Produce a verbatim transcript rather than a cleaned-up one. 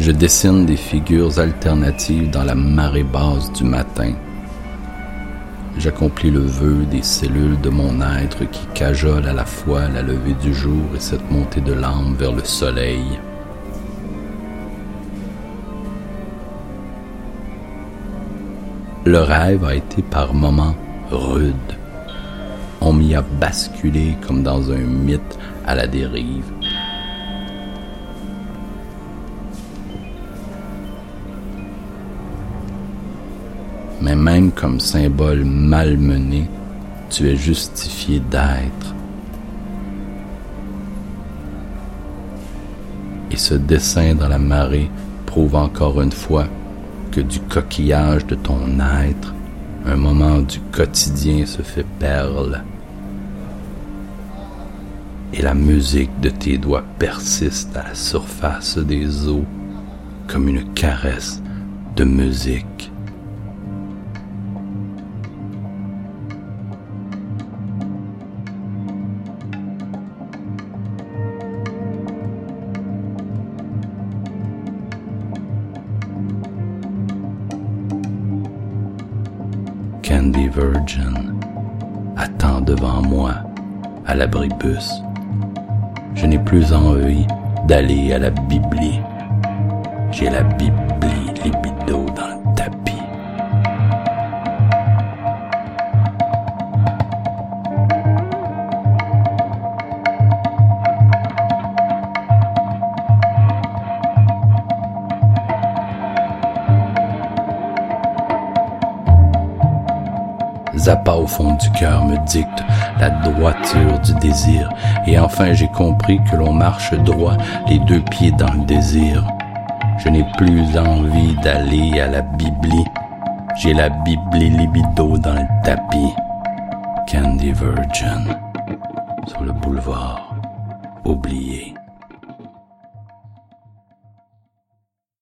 Je dessine des figures alternatives dans la marée basse du matin. J'accomplis le vœu des cellules de mon être qui cajolent à la fois la levée du jour et cette montée de l'âme vers le soleil. Le rêve a été par moments rude. On m'y a basculé comme dans un mythe à la dérive. Mais même comme symbole malmené, tu es justifié d'être. Et ce dessin dans la marée prouve encore une fois que du coquillage de ton être, un moment du quotidien se fait perle. Et la musique de tes doigts persiste à la surface des eaux comme une caresse de musique. Candy Virgin attend devant moi à l'abribus. Je n'ai plus envie d'aller à la bibli. J'ai la bibli libido dans le tapis. Zappa au fond du cœur me dicte la droiture du désir. Et enfin j'ai compris que l'on marche droit, les deux pieds dans le désir. Je n'ai plus envie d'aller à la bibli. J'ai la bibli libido dans le tapis. Candy Virgin sur le boulevard oublié.